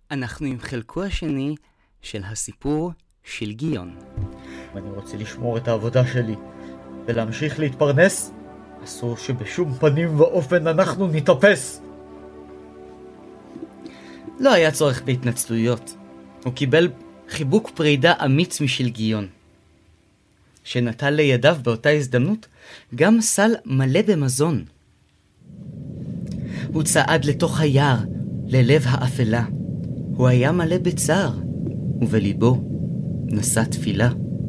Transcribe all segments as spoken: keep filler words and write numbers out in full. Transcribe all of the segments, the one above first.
אנחנו עם חלקו השני של הסיפור שלגיון. ואני רוצה לשמור את העבודה שלי ולהמשיך להתפרנס. אסור שבשום פנים ואופן אנחנו נתאפס. לא היה צורך בהתנצלויות. הוא קיבל חיבוק פרידה אמיץ משלגיון, שנטל לידיו באותה הזדמנות גם סל מלא במזון. הוא צעד לתוך היער, ללב האפלה. הוא היה מלא בצער, ובליבו נשא תפילה.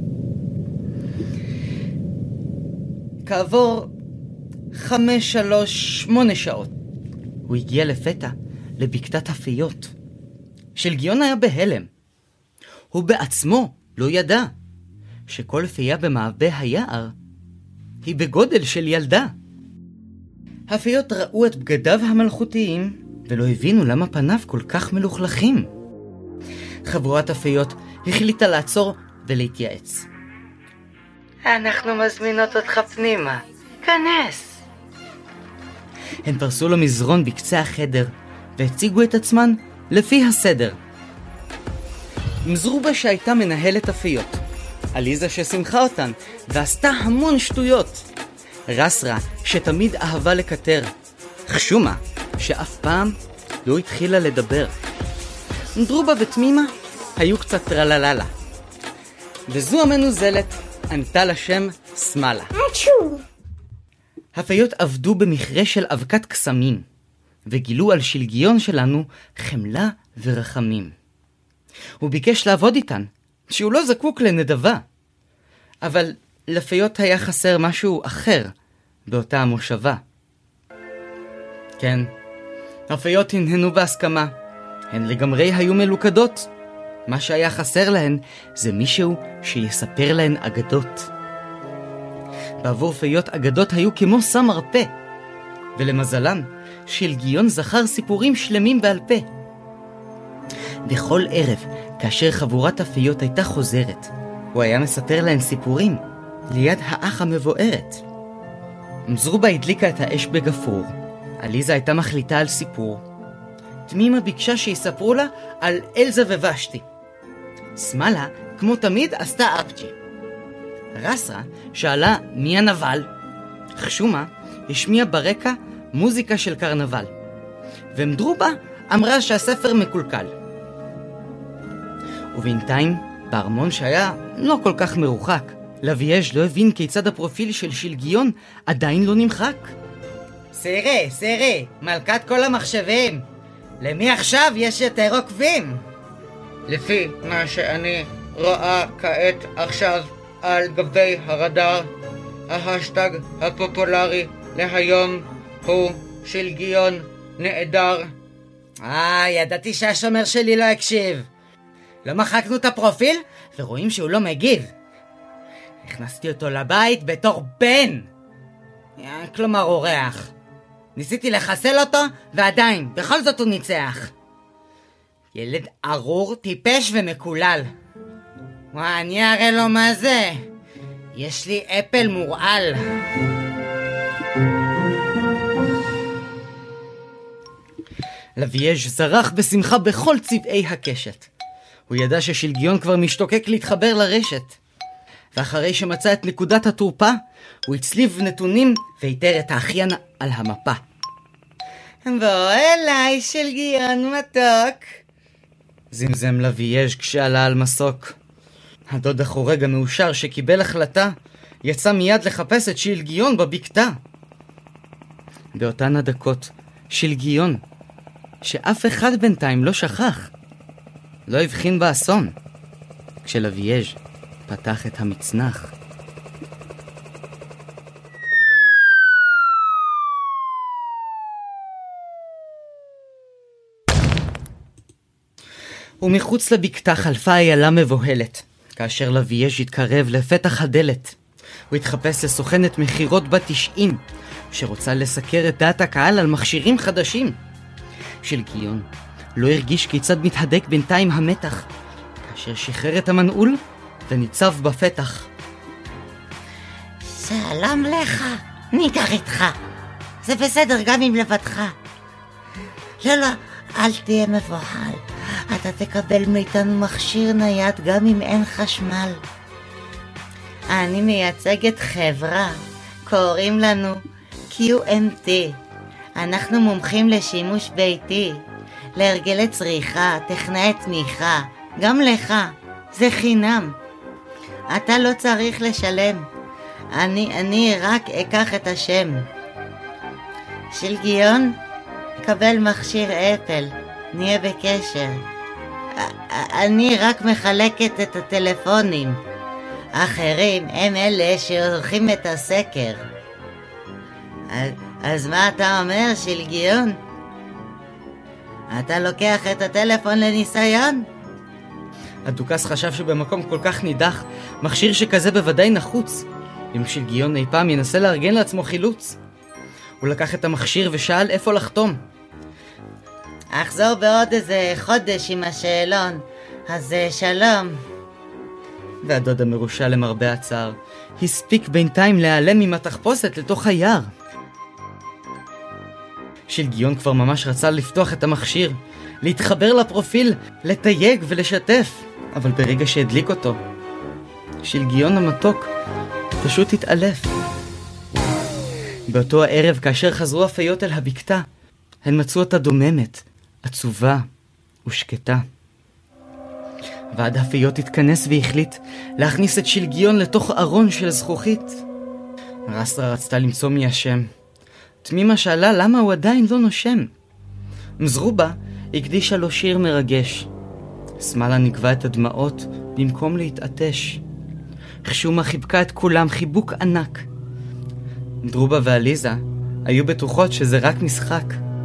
כעבור חמש, שלוש, שמונה שעות, הוא הגיע לפתע לבקתת הפיות. שלגיון היה בהלם. הוא בעצמו לא ידע שכל פיה במעבה היער היא בגודל של ילדה. הפיות ראו את בגדיו המלכותיים ולא הבינו למה פניו כל כך מלוכלכים. חבורת הפיות החליטה לעצור ולהתייעץ. אנחנו מזמינות אותך פנימה, כנס. הן פרסו לו מזרון בקצה החדר והציגו את עצמן לפי הסדר. מזרובה שהייתה מנהלת הפיות, עליזה ששמחה אותן ועשתה המון שטויות, רסרה שתמיד אהבה לקטר, חשומה שאף פעם לא התחילה לדבר. דרובה ותמימה היו קצת טרלללה, וזו המנוזלת ענתה לשם סמלה. הפיות עבדו במכרה של אבקת קסמים, וגילו על שלגיון שלנו חמלה ורחמים. הוא ביקש לעבוד איתן, שהוא לא זקוק לנדבה. אבל לפיות היה חסר משהו אחר באותה המושבה. כן, הפיות הנהנו בהסכמה. הן לגמרי היו מלוכדות. מה שהיה חסר להן זה מישהו שיספר להן אגדות. בעבור פיות אגדות היו כמו סם מרפא. ולמזלן, שלגיון זכר סיפורים שלמים בעל פה. בכל ערב, כאשר חבורת הפיות הייתה חוזרת, הוא היה מספר להן סיפורים ליד האח המבוארת. מזרובה הדליקה את האש בגפרור. עליזה הייתה מחליטה על סיפור. תמימה ביקשה שיספרו לה על אלזה ובשתי. סמלה, כמו תמיד, עשתה אפצ'י. רסרה שאלה מי הנבל. חשומה השמיע ברקע מוזיקה של קרנבל. ומדרובה אמרה שהספר מקולקל. ובינתיים, בארמון שהיה לא כל כך מרוחק, לוויאז' לא הבין כיצד הפרופיל של שלגיון עדיין לא נמחק. סירי, סירי, מלכת כל המחשבים. למי עכשיו יש יותר עוקבים? לפי מה שאני רואה כעת עכשיו על גבי הרדאר, ההשטג הפופולרי להיום הוא שלגיון נעדר. אה, ידעתי שהשומר שלי לא הקשיב. לא מחקנו את הפרופיל ורואים שהוא לא מגיב. הכנסתי אותו לבית בתור בן, כלומר אורח. ניסיתי לחסל אותו ועדיין, בכל זאת הוא ניצח. ילד ארור, טיפש ומקולל. וואה, אני אראה לו מה זה. יש לי אפל מורעל. לוויאז' זרח בשמחה בכל צבעי הקשת. הוא ידע ששלגיון כבר משתוקק להתחבר לרשת. ואחרי שמצא את נקודת התורפה, הוא הצליב נתונים ואיתר את האחיין על המפה. בוא אליי שלגיון מתוק, זמזם לוויאז' כשעלה על מסוק. הדוד החורג המאושר שקיבל החלטה יצא מיד לחפש את שלגיון בבקתה. באותן הדקות שלגיון, שאף אחד בינתיים לא שכח, לא הבחין באסון, כשלוויאז' פתח את המצנח. ומחוץ לבקתה חלפה איילה מבוהלת. כאשר לוויאז' התקרב לפתח הדלת, הוא התחפש לסוכנת מחירות בת תשעים, שרוצה לסקר את דעת הקהל על מכשירים חדשים. שלגיון לא הרגיש כיצד מתהדק בינתיים המתח, כאשר שחרר את המנעול וניצב בפתח. שלום לך, ניגר איתך. זה בסדר גם אם לבדך. לא, לא, אל תהיה מבוחל. אתה תקבל מאיתנו מכשיר נייד גם אם אין חשמל. אני מייצגת חברה, קוראים לנו קיו אם טי. אנחנו מומחים לשימוש ביתי, להרגלי צריכה, טכנאי תמיכה, גם לך, זה חינם. אתה לא צריך לשלם, אני, אני רק אקח את השם. שלגיון, קבל מכשיר אפל, נהיה בקשר. אני רק מחלקת את הטלפונים, אחרים הם אלה שעורכים את הסקר. אז, אז מה אתה אומר, שלגיון? אתה לוקח את הטלפון לניסיון? הדוכס חשב שבמקום כל כך נידח, מכשיר שכזה בוודאי נחוץ. אם שלגיון אי פעם ינסה לארגן לעצמו חילוץ. הוא לקח את המכשיר ושאל איפה לחתום. אחזור בעוד איזה חודש עם השאלון, אז שלום. והדוד המרושע למרבה הצער הספיק בינתיים להיעלם עם התחפושת לתוך היער. שלגיון כבר ממש רצה לפתוח את המכשיר, להתחבר לפרופיל, לתייג ולשתף, אבל ברגע שהדליק אותו, שלגיון המתוק פשוט התעלף. באותו הערב, כאשר חזרו הפיות אל הבקתה, הן מצאו אותה דוממת, עצובה ושקטה. ועד הפיות התכנס והחליט להכניס את שלגיון לתוך ארון של זכוכית. רסטרה רצתה למצוא מי השם. תמימה שאלה למה הוא עדיין לא נושם. מזרובה הקדישה לו שיר מרגש. סמלה נגבה את הדמעות במקום להתעטש. חשומה חיבקה את כולם חיבוק ענק. דרובה ואליזה היו בטוחות שזה רק משחק.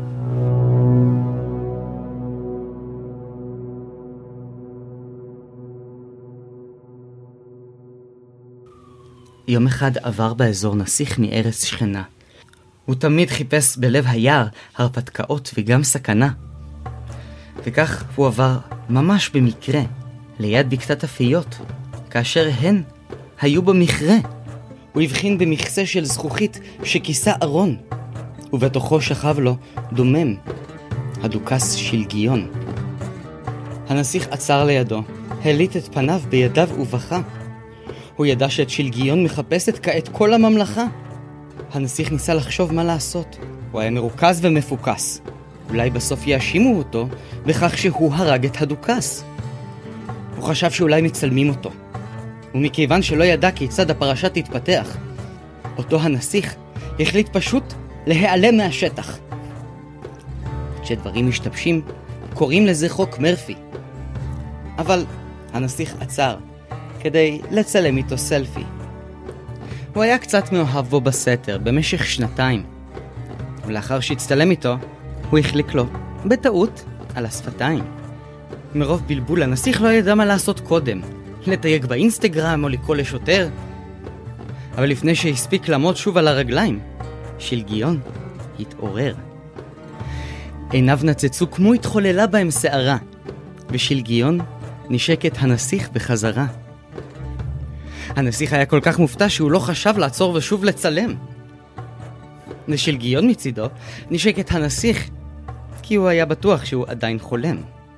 יום אחד עבר באזור נסיך מארץ שכנה. הוא תמיד חיפש בלב היער הרפתקאות וגם סכנה. וכך הוא עבר ממש במקרה ליד בקתת הפיות, כאשר הן היו במכרה. הוא הבחין במכסה של זכוכית שכיסה ארון, ובתוכו שכב לו דומם, הדוכס שלגיון. הנסיך עצר לידו, הליט את פניו בידיו ובכה. הוא ידע שאת שלגיון מחפשת כעת כל הממלכה. הנסיך ניסה לחשוב מה לעשות. הוא היה מרוכז ומפוקס. אולי בסוף יאשימו אותו בכך שהוא הרג את הדוכס. הוא חשב שאולי מצלמים אותו. ומכיוון שלא ידע כיצד הפרשה תתפתח, אותו הנסיך החליט פשוט להיעלם מהשטח. כשדברים משתבשים, קוראים לזה חוק מרפי. אבל הנסיך עצר כדי לצלם איתו סלפי. הוא היה קצת מאוהב בו בסתר במשך שנתיים, ולאחר שהצטלם איתו, הוא החליק לו, בטעות, על השפתיים. מרוב בלבול הנסיך לא ידע מה לעשות קודם, לתייג באינסטגרם או לקרוא לשוטר. אבל לפני שהספיק לעמוד שוב על הרגליים, שלגיון התעורר. עיניו נצצו כמו התחוללה בהם שערה, ושלגיון נשק את הנסיך בחזרה. הנסיך היה כל כך מופתע שהוא לא חשב לעצור ושוב לצלם. ושלגיון מצידו נשק את הנסיך, כי הוא היה בטוח שהוא עדיין חולם.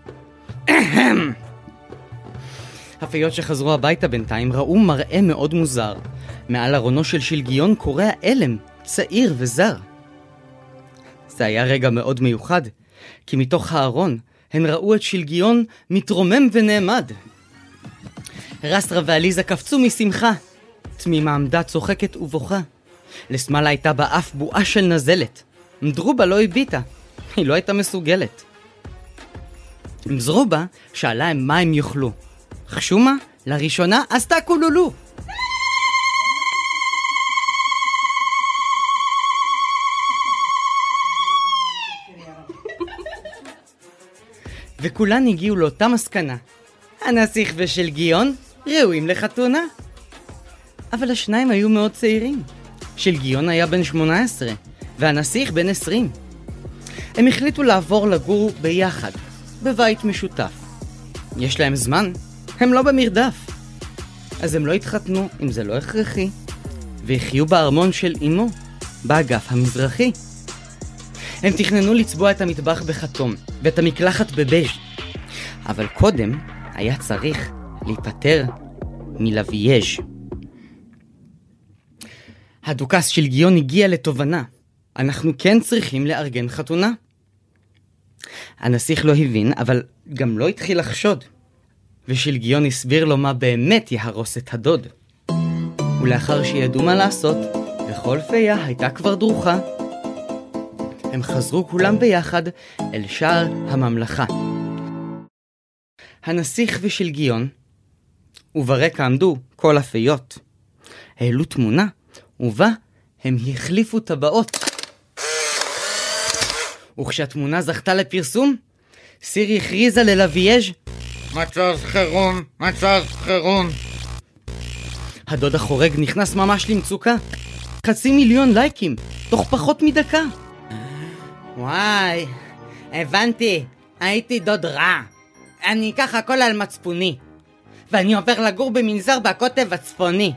הפיות שחזרו הביתה בינתיים ראו מראה מאוד מוזר. מעל ארונו של שלגיון קורע אלם, צעיר וזר. זה היה רגע מאוד מיוחד, כי מתוך הארון הן ראו את שלגיון מתרומם ונעמד. רסטרה ואליזה קפצו משמחה. תמימה עמדה צוחקת ובוכה. לסמלה הייתה באף בועה של נזלת. דרובה לא הביטה, היא לא הייתה מסוגלת. מזרובה שאלה הם מה הם יאכלו. חשומה לראשונה עשתה קולולו. וכולן הגיעו לאותה מסקנה. הנסיך ושלגיון ראויים לחתונה. אבל השניים היו מאוד צעירים. שלגיון היה בן שמונה עשרה והנסיך בן עשרים. הם החליטו לעבור לגור ביחד, בבית משותף. יש להם זמן, הם לא במרדף. אז הם לא התחתנו אם זה לא הכרחי, והחיו בארמון של אמו, באגף המזרחי. הם תכננו לצבוע את המטבח בחתום, ואת המקלחת בבז'. אבל קודם היה צריך להיפטר מלווייז'. הדוכס שלגיון הגיע לתובנה. אנחנו כן צריכים לארגן חתונה. הנסיך לא הבין, אבל גם לא התחיל לחשוד. ושלגיון הסביר לו מה באמת יהרוס את הדוד. ולאחר שידעו מה לעשות, וכל פיה הייתה כבר דרוכה, הם חזרו כולם ביחד אל שער הממלכה. הנסיך ושלגיון, וברקע עמדו כל הפיות, העלו תמונה, ובה הם החליפו טבעות. וכשהתמונה זכתה לפרסום, סירי הכריזה ללווייז' מצב חירום, מצב חירום. הדוד החורג נכנס ממש למצוקה. חצי מיליון לייקים, תוך פחות מדקה. וואי, הבנתי, הייתי דוד רע. אני אקח הכל על מצפוני, ואני עובר לגור במנזר בקוטב הצפוני.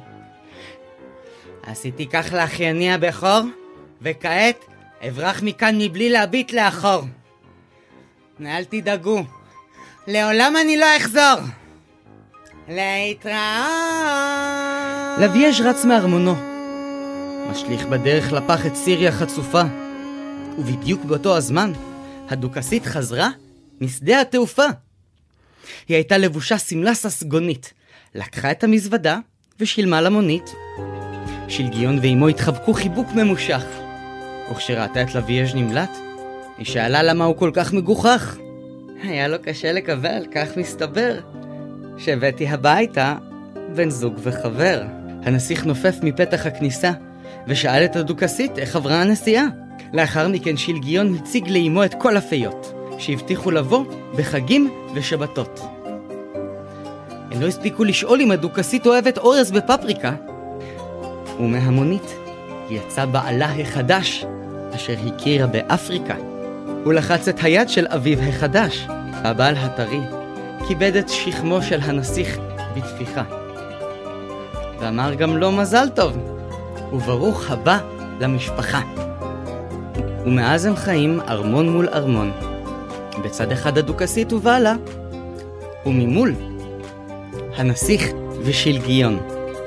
עשיתי כך לאחייני הבכור, וכעת אברח מכאן מבלי להביט לאחור. אל תדאגו, לעולם אני לא אחזור. להתראות. לווייז' רץ מארמונו, משליך בדרך לפח את סירי החצופה, ובדיוק באותו הזמן הדוכסית חזרה משדה התעופה. היא הייתה לבושה סמלה ססגונית, לקחה את המזוודה ושילמה למונית. שלגיון ואימו התחבקו חיבוק ממושך, וכשראתה את לווייז' נמלט, היא שאלה למה הוא כל כך מגוחך. היה לו קשה לקבל, כך מסתבר, שהבאתי הביתה בן זוג וחבר. הנסיך נופף מפתח הכניסה ושאל את הדוכסית איך עברה הנסיעה. לאחר מכן שלגיון הציג לאימו את כל הפיות שהבטיחו לבוא בחגים ושבתות. הם לא הספיקו לשאול אם הדוכסית אוהבת אורז בפפריקה, ומהמונית יצא בעלה החדש אשר הכירה באפריקה. הוא לחץ את היד של אביו החדש. הבעל הטרי כיבד את שכמו של הנסיך בתפיחה, ואמר גם לו מזל טוב וברוך הבא למשפחה. ומאז הם חיים ארמון מול ארמון, בצד אחד הדוכסית ובעלה, וממול הנסיך ושלגיון.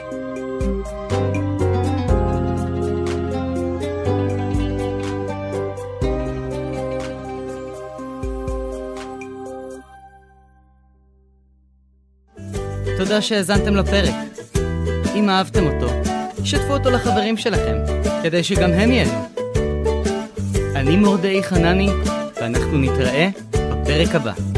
תודה שהאזנתם לפרק. אם אהבתם אותו, שתפו אותו לחברים שלכם, כדי שגם הם ייהנו. אני מורדאי חנני, ואנחנו נתראה בפרק הבא.